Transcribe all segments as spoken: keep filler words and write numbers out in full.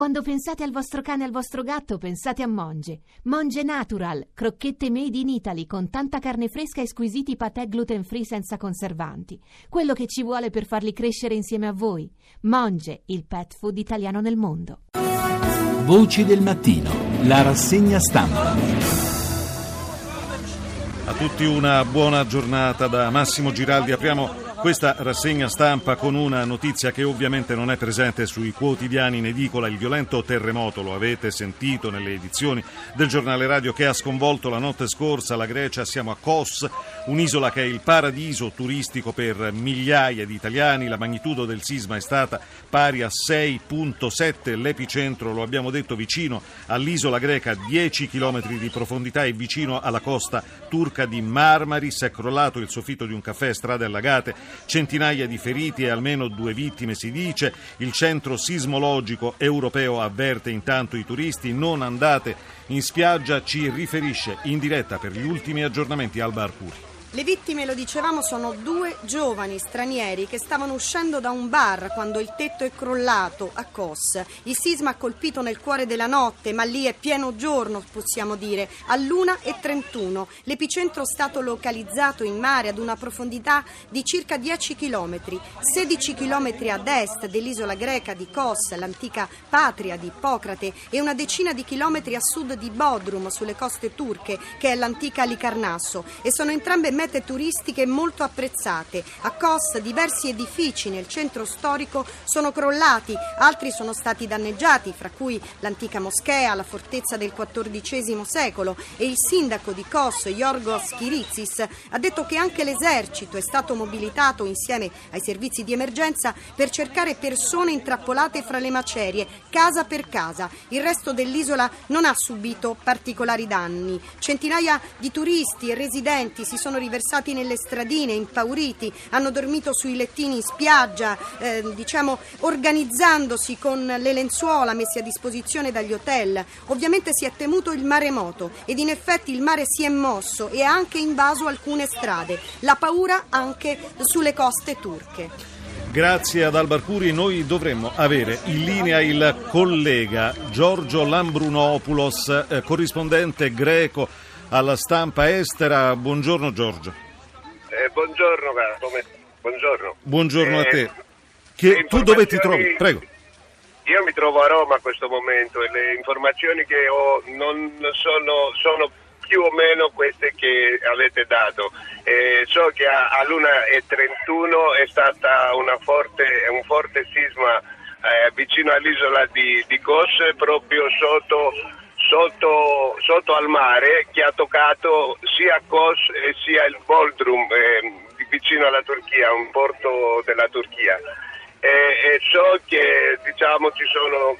Quando pensate al vostro cane e al vostro gatto, pensate a Monge. Monge Natural, crocchette made in Italy con tanta carne fresca e squisiti patè gluten free senza conservanti. Quello che ci vuole per farli crescere insieme a voi. Monge, il pet food italiano nel mondo. Voci del mattino, la rassegna stampa. A tutti una buona giornata da Massimo Giraldi. Apriamo questa rassegna stampa con una notizia che ovviamente non è presente sui quotidiani in edicola. Il violento terremoto, lo avete sentito nelle edizioni del giornale radio, che ha sconvolto la notte scorsa la Grecia. Siamo a Kos, un'isola che è il paradiso turistico per migliaia di italiani. La magnitudo del sisma è stata pari a sei virgola sette, l'epicentro, lo abbiamo detto, vicino all'isola greca, dieci chilometri di profondità e vicino alla costa turca di Marmaris. È crollato il soffitto di un caffè, strade allagate, centinaia di feriti e almeno due vittime, si dice. Il centro sismologico europeo avverte intanto i turisti: non andate in spiaggia. Ci riferisce in diretta per gli ultimi aggiornamenti Alba Arcuri. Le vittime, lo dicevamo, sono due giovani stranieri che stavano uscendo da un bar quando il tetto è crollato a Kos. Il sisma ha colpito nel cuore della notte, ma lì è pieno giorno, possiamo dire, all'una e trentuno. L'epicentro è stato localizzato in mare ad una profondità di circa dieci chilometri, sedici chilometri ad est dell'isola greca di Kos, l'antica patria di Ippocrate, e una decina di chilometri a sud di Bodrum, sulle coste turche, che è l'antica Alicarnasso, e sono entrambe mete turistiche molto apprezzate. A Kos diversi edifici nel centro storico sono crollati, altri sono stati danneggiati, fra cui l'antica moschea, la fortezza del quattordicesimo secolo, e il sindaco di Kos, Yorgos Kiritsis, ha detto che anche l'esercito è stato mobilitato insieme ai servizi di emergenza per cercare persone intrappolate fra le macerie, casa per casa. Il resto dell'isola non ha subito particolari danni. Centinaia di turisti e residenti si sono riversati nelle stradine, impauriti, hanno dormito sui lettini in spiaggia, eh, diciamo organizzandosi con le lenzuola messe a disposizione dagli hotel. Ovviamente si è temuto il maremoto ed in effetti il mare si è mosso e ha anche invaso alcune strade. La paura anche sulle coste turche. Grazie ad Alba Arcuri. Noi dovremmo avere in linea il collega Giorgio Lambrounopoulos, eh, corrispondente greco alla Stampa Estera. Buongiorno Giorgio. Eh, buongiorno caro, come... buongiorno. Buongiorno eh, a te. Che, tu dove ti trovi? Prego. Io mi trovo a Roma a questo momento e le informazioni che ho non sono, sono più o meno queste che avete dato. Eh, so che a, all'una e trentuno è stata una forte, un forte sisma eh, vicino all'isola di, di Kos, proprio sotto Sotto, sotto al mare, che ha toccato sia Kos e sia il Bodrum, eh, vicino alla Turchia, un porto della Turchia. E, e so che diciamo ci sono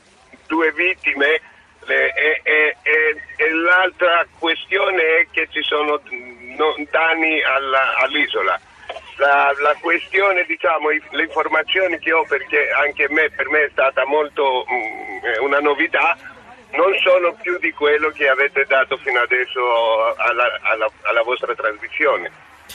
due vittime le, e, e, e, e l'altra questione è che ci sono no, danni alla, all'isola. La, la questione, diciamo, le informazioni che ho, perché anche me, per me è stata molto mh, una novità, non sono più di quello che avete dato fino adesso alla, alla, alla vostra trasmissione.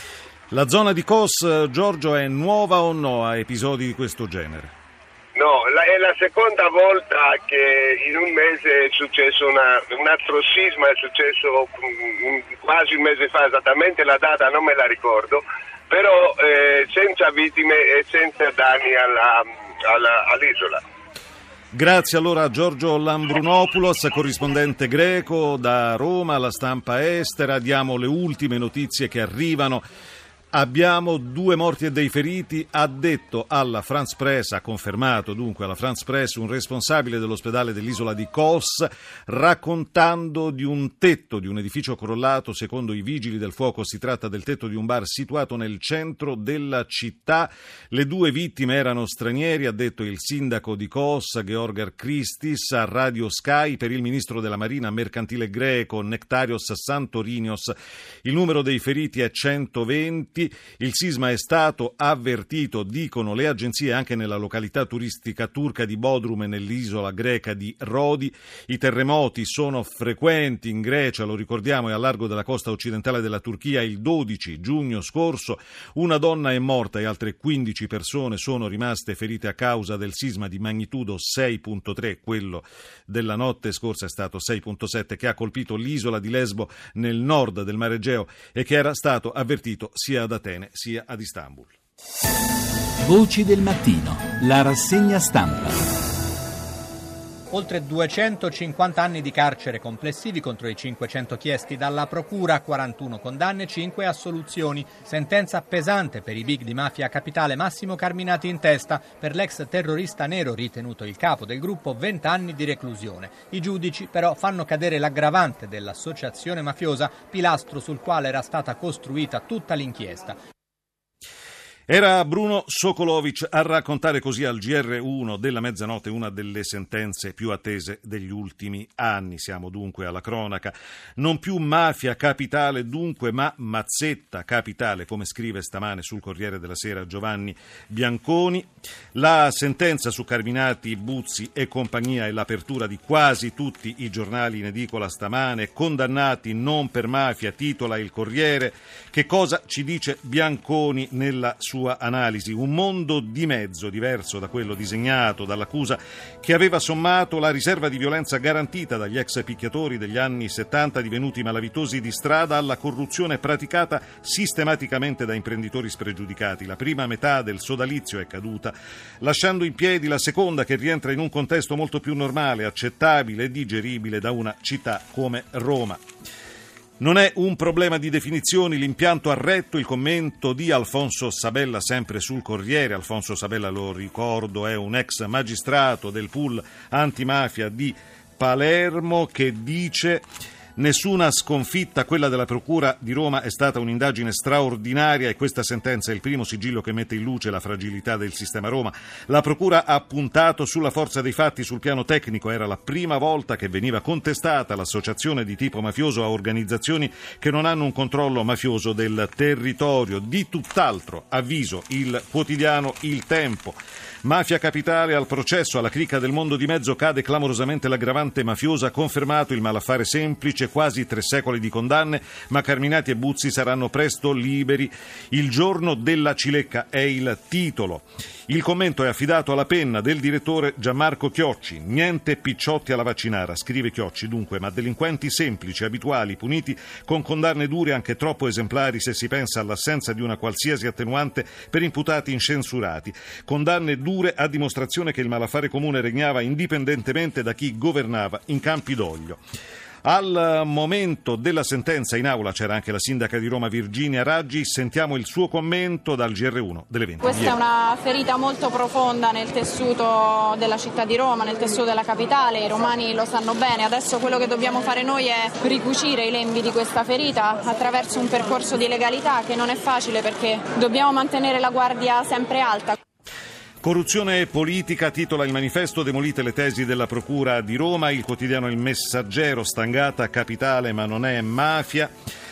La zona di Kos, Giorgio, è nuova o no a episodi di questo genere? No, la, è la seconda volta che in un mese è successo una, un altro sisma, è successo um, quasi un mese fa, esattamente la data non me la ricordo, però eh, senza vittime e senza danni alla, alla, all'isola. Grazie allora a Giorgio Lambrounopoulos, corrispondente greco da Roma, alla Stampa Estera. Diamo le ultime notizie che arrivano. Abbiamo due morti e dei feriti, ha detto alla France Press, ha confermato dunque alla France Press un responsabile dell'ospedale dell'isola di Kos, raccontando di un tetto di un edificio crollato. Secondo i vigili del fuoco si tratta del tetto di un bar situato nel centro della città. Le due vittime erano stranieri, ha detto il sindaco di Kos, Georgios Christis, a Radio Sky. Per il ministro della Marina mercantile greco, Nektarios Santorinios, il numero dei feriti è centoventi. Turchi. Il sisma è stato avvertito, dicono le agenzie, anche nella località turistica turca di Bodrum e nell'isola greca di Rodi. I terremoti sono frequenti in Grecia, lo ricordiamo, e a largo della costa occidentale della Turchia. Il dodici giugno scorso una donna è morta e altre quindici persone sono rimaste ferite a causa del sisma di magnitudo sei virgola tre, quello della notte scorsa è stato sei virgola sette, che ha colpito l'isola di Lesbo nel nord del Mare Egeo e che era stato avvertito sia ad Atene sia ad Istanbul. Voci del mattino, la rassegna stampa. Oltre duecentocinquanta anni di carcere complessivi contro i cinquecento chiesti dalla procura, quarantuno condanne, cinque assoluzioni. Sentenza pesante per i big di Mafia Capitale, Massimo Carminati in testa. Per l'ex terrorista nero, ritenuto il capo del gruppo, venti anni di reclusione. I giudici però fanno cadere l'aggravante dell'associazione mafiosa, pilastro sul quale era stata costruita tutta l'inchiesta. Era Bruno Sokolovic a raccontare così al G R uno della mezzanotte una delle sentenze più attese degli ultimi anni. Siamo dunque alla cronaca. Non più Mafia Capitale dunque, ma Mazzetta Capitale, come scrive stamane sul Corriere della Sera Giovanni Bianconi. La sentenza su Carminati, Buzzi e compagnia è l'apertura di quasi tutti i giornali in edicola stamane. Condannati non per mafia, titola il Corriere. Che cosa ci dice Bianconi nella sua sua analisi? Un mondo di mezzo diverso da quello disegnato dall'accusa, che aveva sommato la riserva di violenza garantita dagli ex picchiatori degli anni settanta divenuti malavitosi di strada alla corruzione praticata sistematicamente da imprenditori spregiudicati. La prima metà del sodalizio è caduta, lasciando in piedi la seconda, che rientra in un contesto molto più normale, accettabile e digeribile da una città come Roma. Non è un problema di definizioni l'impianto a retto, il commento di Alfonso Sabella sempre sul Corriere. Alfonso Sabella, lo ricordo, è un ex magistrato del pool antimafia di Palermo che dice: nessuna sconfitta, quella della Procura di Roma è stata un'indagine straordinaria e questa sentenza è il primo sigillo che mette in luce la fragilità del sistema Roma. La Procura ha puntato sulla forza dei fatti sul piano tecnico, era la prima volta che veniva contestata l'associazione di tipo mafioso a organizzazioni che non hanno un controllo mafioso del territorio. Di tutt'altro avviso il quotidiano Il Tempo. Mafia Capitale al processo, alla cricca del mondo di mezzo cade clamorosamente l'aggravante mafiosa, confermato il malaffare semplice, quasi tre secoli di condanne, ma Carminati e Buzzi saranno presto liberi. Il giorno della cilecca è il titolo. Il commento è affidato alla penna del direttore Gianmarco Chiocci. Niente picciotti alla vaccinara, scrive Chiocci, dunque, ma delinquenti semplici, abituali, puniti con condanne dure anche troppo esemplari se si pensa all'assenza di una qualsiasi attenuante per imputati incensurati. Condanne dure a dimostrazione che il malaffare comune regnava indipendentemente da chi governava in Campidoglio. Al momento della sentenza in aula c'era anche la sindaca di Roma Virginia Raggi. Sentiamo il suo commento dal G R uno delle venti. Questa è una ferita molto profonda nel tessuto della città di Roma, nel tessuto della capitale. I romani lo sanno bene. Adesso quello che dobbiamo fare noi è ricucire i lembi di questa ferita attraverso un percorso di legalità che non è facile, perché dobbiamo mantenere la guardia sempre alta. Corruzione e politica, titola il Manifesto, demolite le tesi della Procura di Roma. Il quotidiano Il Messaggero, stangata Capitale ma non è mafia.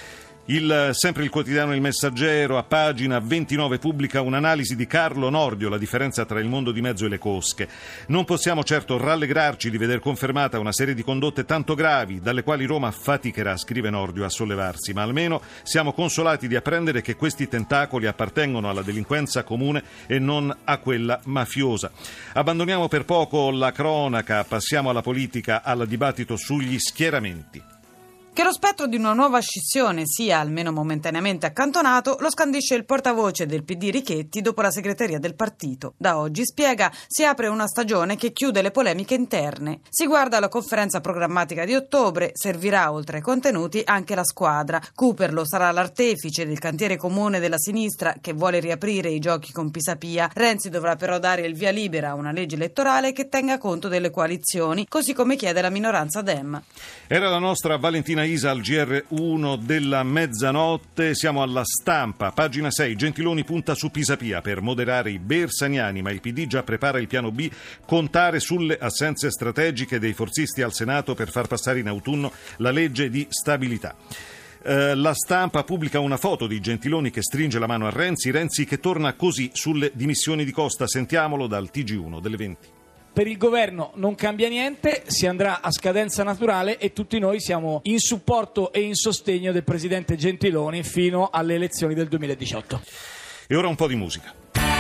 Il, sempre il quotidiano Il Messaggero, a pagina ventinove, pubblica un'analisi di Carlo Nordio, la differenza tra il mondo di mezzo e le cosche. Non possiamo certo rallegrarci di veder confermata una serie di condotte tanto gravi, dalle quali Roma faticherà, scrive Nordio, a sollevarsi, ma almeno siamo consolati di apprendere che questi tentacoli appartengono alla delinquenza comune e non a quella mafiosa. Abbandoniamo per poco la cronaca, passiamo alla politica, al dibattito sugli schieramenti. Che lo spettro di una nuova scissione sia almeno momentaneamente accantonato lo scandisce il portavoce del P D Richetti dopo la segreteria del partito. Da oggi, spiega, si apre una stagione che chiude le polemiche interne. Si guarda alla conferenza programmatica di ottobre, servirà oltre ai contenuti anche la squadra. Cooperlo sarà l'artefice del cantiere comune della sinistra che vuole riaprire i giochi con Pisapia. Renzi dovrà però dare il via libera a una legge elettorale che tenga conto delle coalizioni, così come chiede la minoranza Dem. Era la nostra Valentina Isa al G R uno della mezzanotte. Siamo alla Stampa, pagina sei. Gentiloni punta su Pisapia per moderare i bersaniani, ma il P D già prepara il piano B, contare sulle assenze strategiche dei forzisti al Senato per far passare in autunno la legge di stabilità. Eh, la Stampa pubblica una foto di Gentiloni che stringe la mano a Renzi, Renzi che torna così sulle dimissioni di Costa. Sentiamolo dal T G uno delle venti. Per il governo non cambia niente, si andrà a scadenza naturale e tutti noi siamo in supporto e in sostegno del presidente Gentiloni fino alle elezioni del duemiladiciotto. E ora un po' di musica.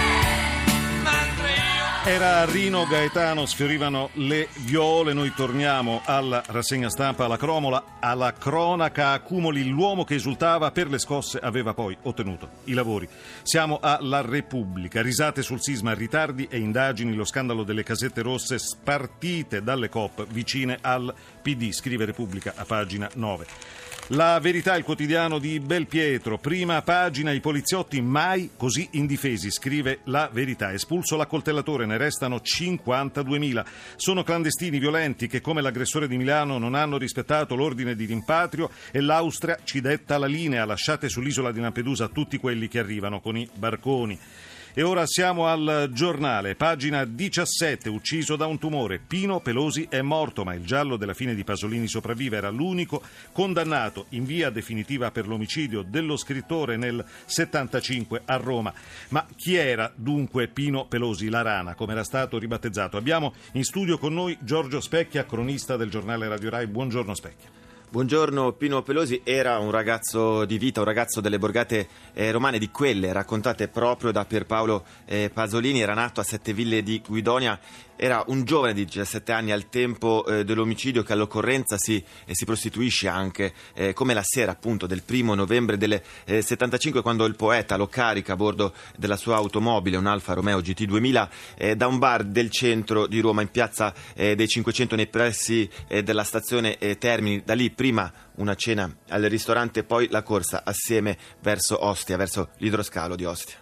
Era Rino Gaetano, sfiorivano le viole. Noi torniamo alla rassegna stampa, alla cromola, alla cronaca accumuli. L'uomo che esultava per le scosse aveva poi ottenuto i lavori. Siamo alla Repubblica. Risate sul sisma, ritardi e indagini, lo scandalo delle casette rosse spartite dalle Coop vicine al P D, scrive Repubblica a pagina nove. La Verità, il quotidiano di Belpietro, prima pagina, i poliziotti mai così indifesi, scrive La Verità. Espulso l'accoltellatore, ne restano cinquantaduemila. Sono clandestini violenti che come l'aggressore di Milano non hanno rispettato l'ordine di rimpatrio e l'Austria ci detta la linea, lasciate sull'isola di Lampedusa tutti quelli che arrivano con i barconi. E ora siamo al Giornale, pagina diciassette, ucciso da un tumore. Pino Pelosi è morto, ma il giallo della fine di Pasolini sopravvive. Era l'unico condannato in via definitiva per l'omicidio dello scrittore nel settantacinque a Roma. Ma chi era dunque Pino Pelosi, la rana, come era stato ribattezzato? Abbiamo in studio con noi Giorgio Specchia, cronista del giornale Radio Rai. Buongiorno Specchia. Buongiorno. Pino Pelosi era un ragazzo di vita, un ragazzo delle borgate eh, romane, di quelle raccontate proprio da Pierpaolo eh, Pasolini. Era nato a Setteville di Guidonia, era un giovane di diciassette anni al tempo eh, dell'omicidio, che all'occorrenza si, eh, si prostituisce anche, eh, come la sera appunto del primo novembre del eh, settantacinque, quando il poeta lo carica a bordo della sua automobile, un Alfa Romeo G T duemila, eh, da un bar del centro di Roma, in piazza eh, dei Cinquecento, nei pressi eh, della stazione eh, Termini. Da lì prima una cena al ristorante, poi la corsa assieme verso Ostia, verso l'idroscalo di Ostia.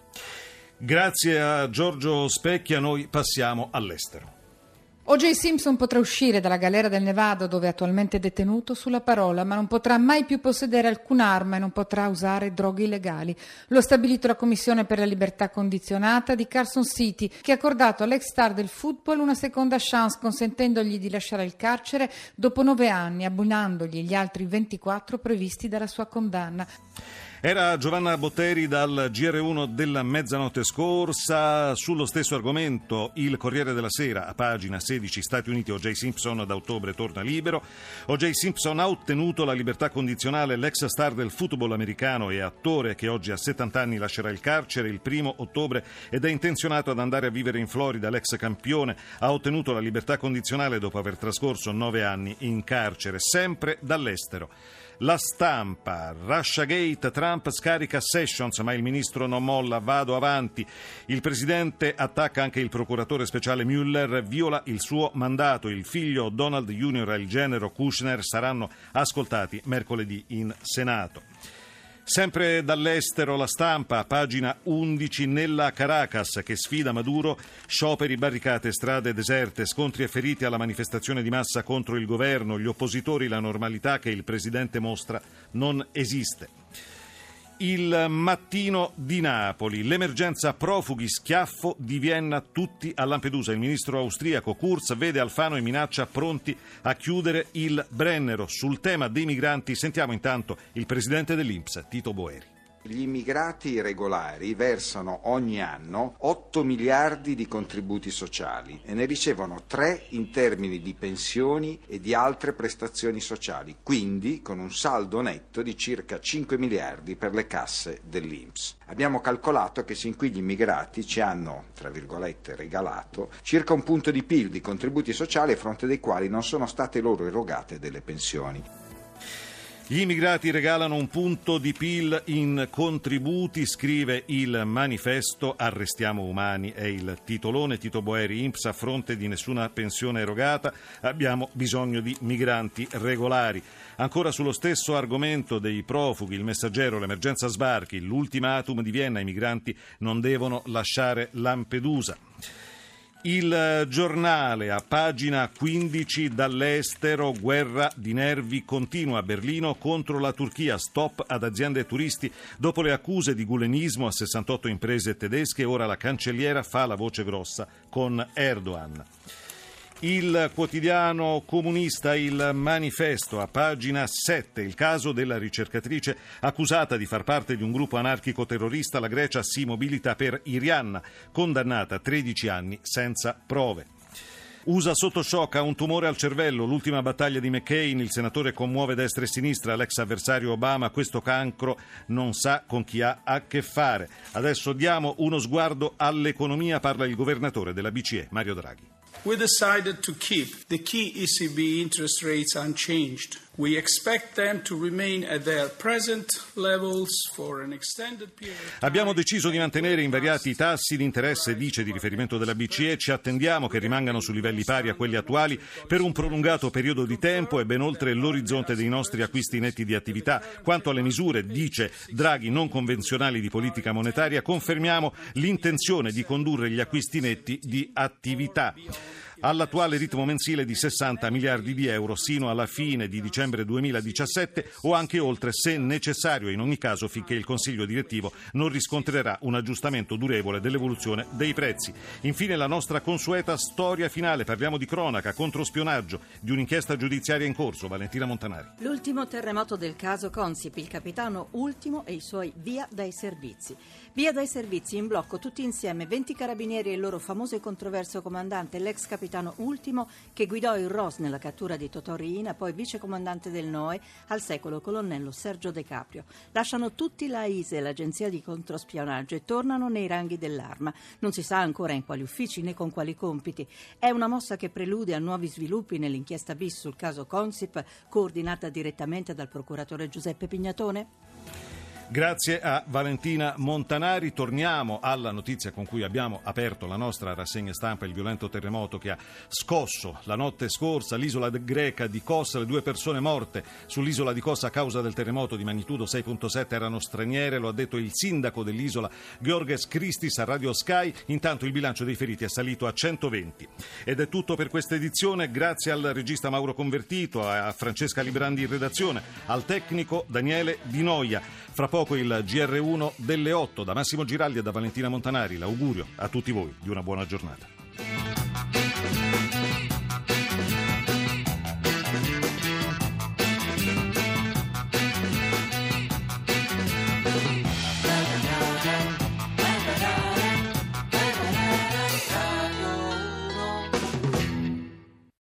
Grazie a Giorgio Specchia, noi passiamo all'estero. O J. Simpson potrà uscire dalla galera del Nevada, dove è attualmente detenuto, sulla parola, ma non potrà mai più possedere alcun'arma e non potrà usare droghe illegali. Lo ha stabilito la Commissione per la Libertà Condizionata di Carson City, che ha accordato all'ex star del football una seconda chance, consentendogli di lasciare il carcere dopo nove anni, abbonandogli gli altri ventiquattro previsti dalla sua condanna. Era Giovanna Botteri dal G R uno della mezzanotte scorsa. Sullo stesso argomento il Corriere della Sera a pagina sedici, Stati Uniti, O J. Simpson da ottobre torna libero. O J. Simpson ha ottenuto la libertà condizionale. L'ex star del football americano e attore, che oggi a settanta anni lascerà il carcere il primo ottobre ed è intenzionato ad andare a vivere in Florida. L'ex campione ha ottenuto la libertà condizionale dopo aver trascorso nove anni in carcere, sempre dall'estero. La Stampa, Russiagate, Trump scarica Sessions, ma il ministro non molla, vado avanti. Il presidente attacca anche il procuratore speciale Mueller, viola il suo mandato. Il figlio Donald junior e il genero Kushner saranno ascoltati mercoledì in Senato. Sempre dall'estero, La Stampa, pagina undici, nella Caracas che sfida Maduro, scioperi, barricate, strade deserte, scontri e feriti alla manifestazione di massa contro il governo, gli oppositori, la normalità che il presidente mostra non esiste. Il Mattino di Napoli, l'emergenza profughi, schiaffo di Vienna, tutti a Lampedusa. Il ministro austriaco Kurz vede Alfano e minaccia pronti a chiudere il Brennero. Sul tema dei migranti sentiamo intanto il presidente dell'I N P S, Tito Boeri. Gli immigrati regolari versano ogni anno otto miliardi di contributi sociali e ne ricevono tre in termini di pensioni e di altre prestazioni sociali, quindi con un saldo netto di circa cinque miliardi per le casse dell'I N P S. Abbiamo calcolato che sin qui gli immigrati ci hanno, tra virgolette, regalato circa un punto di P I L di contributi sociali, a fronte dei quali non sono state loro erogate delle pensioni. Gli immigrati regalano un punto di P I L in contributi, scrive il Manifesto. Arrestiamo umani è il titolone. Tito Boeri, I N P S a fronte di nessuna pensione erogata, abbiamo bisogno di migranti regolari. Ancora sullo stesso argomento dei profughi, il Messaggero, l'emergenza sbarchi, l'ultimatum di Vienna, i migranti non devono lasciare Lampedusa. Il Giornale a pagina quindici, dall'estero, guerra di nervi continua a Berlino contro la Turchia, stop ad aziende e turisti dopo le accuse di gulenismo a sessantotto imprese tedesche. Ora la cancelliera fa la voce grossa con Erdogan. Il quotidiano comunista Il Manifesto, a pagina sette, il caso della ricercatrice accusata di far parte di un gruppo anarchico-terrorista. La Grecia si mobilita per Irianna, condannata a tredici anni senza prove. U S A sotto shock, ha un tumore al cervello, l'ultima battaglia di McCain, il senatore commuove destra e sinistra, l'ex avversario Obama, questo cancro non sa con chi ha a che fare. Adesso diamo uno sguardo all'economia, parla il governatore della B C E, Mario Draghi. We decided to keep the key E C B interest rates unchanged. We expect them to remain at their present levels for an extended period of time. Abbiamo deciso di mantenere invariati i tassi di interesse, dice, di riferimento della B C E. Ci attendiamo che rimangano su livelli pari a quelli attuali per un prolungato periodo di tempo e ben oltre l'orizzonte dei nostri acquisti netti di attività. Quanto alle misure, dice Draghi, non convenzionali di politica monetaria, confermiamo l'intenzione di condurre gli acquisti netti di attività all'attuale ritmo mensile di sessanta miliardi di euro sino alla fine di dicembre duemiladiciassette o anche oltre, se necessario, in ogni caso finché il Consiglio direttivo non riscontrerà un aggiustamento durevole dell'evoluzione dei prezzi. Infine la nostra consueta storia finale, parliamo di cronaca, controspionaggio, di un'inchiesta giudiziaria in corso. Valentina Montanari. L'ultimo terremoto del caso Consip, il capitano Ultimo e i suoi via dai servizi. Via dai servizi in blocco tutti insieme, venti carabinieri e il loro famoso e controverso comandante, l'ex capitano Ultimo, che guidò il R O S nella cattura di Totò Riina, poi vicecomandante del N O E, al secolo colonnello Sergio De Caprio. Lasciano tutti la I S E, l'agenzia di controspionaggio, e tornano nei ranghi dell'Arma. Non si sa ancora in quali uffici né con quali compiti. È una mossa che prelude a nuovi sviluppi nell'inchiesta bis sul caso Consip, coordinata direttamente dal procuratore Giuseppe Pignatone? Grazie a Valentina Montanari. Torniamo alla notizia con cui abbiamo aperto la nostra rassegna stampa, il violento terremoto che ha scosso la notte scorsa l'isola greca di Kos. Le due persone morte sull'isola di Kos a causa del terremoto di magnitudo sei virgola sette erano straniere, lo ha detto il sindaco dell'isola Georges Christis a Radio Sky. Intanto il bilancio dei feriti è salito a centoventi. Ed è tutto per questa edizione, grazie al regista Mauro Convertito, a Francesca Librandi in redazione, al tecnico Daniele Di Noia. Fra poco il G R uno delle otto. Da Massimo Giraldi e da Valentina Montanari l'augurio a tutti voi di una buona giornata.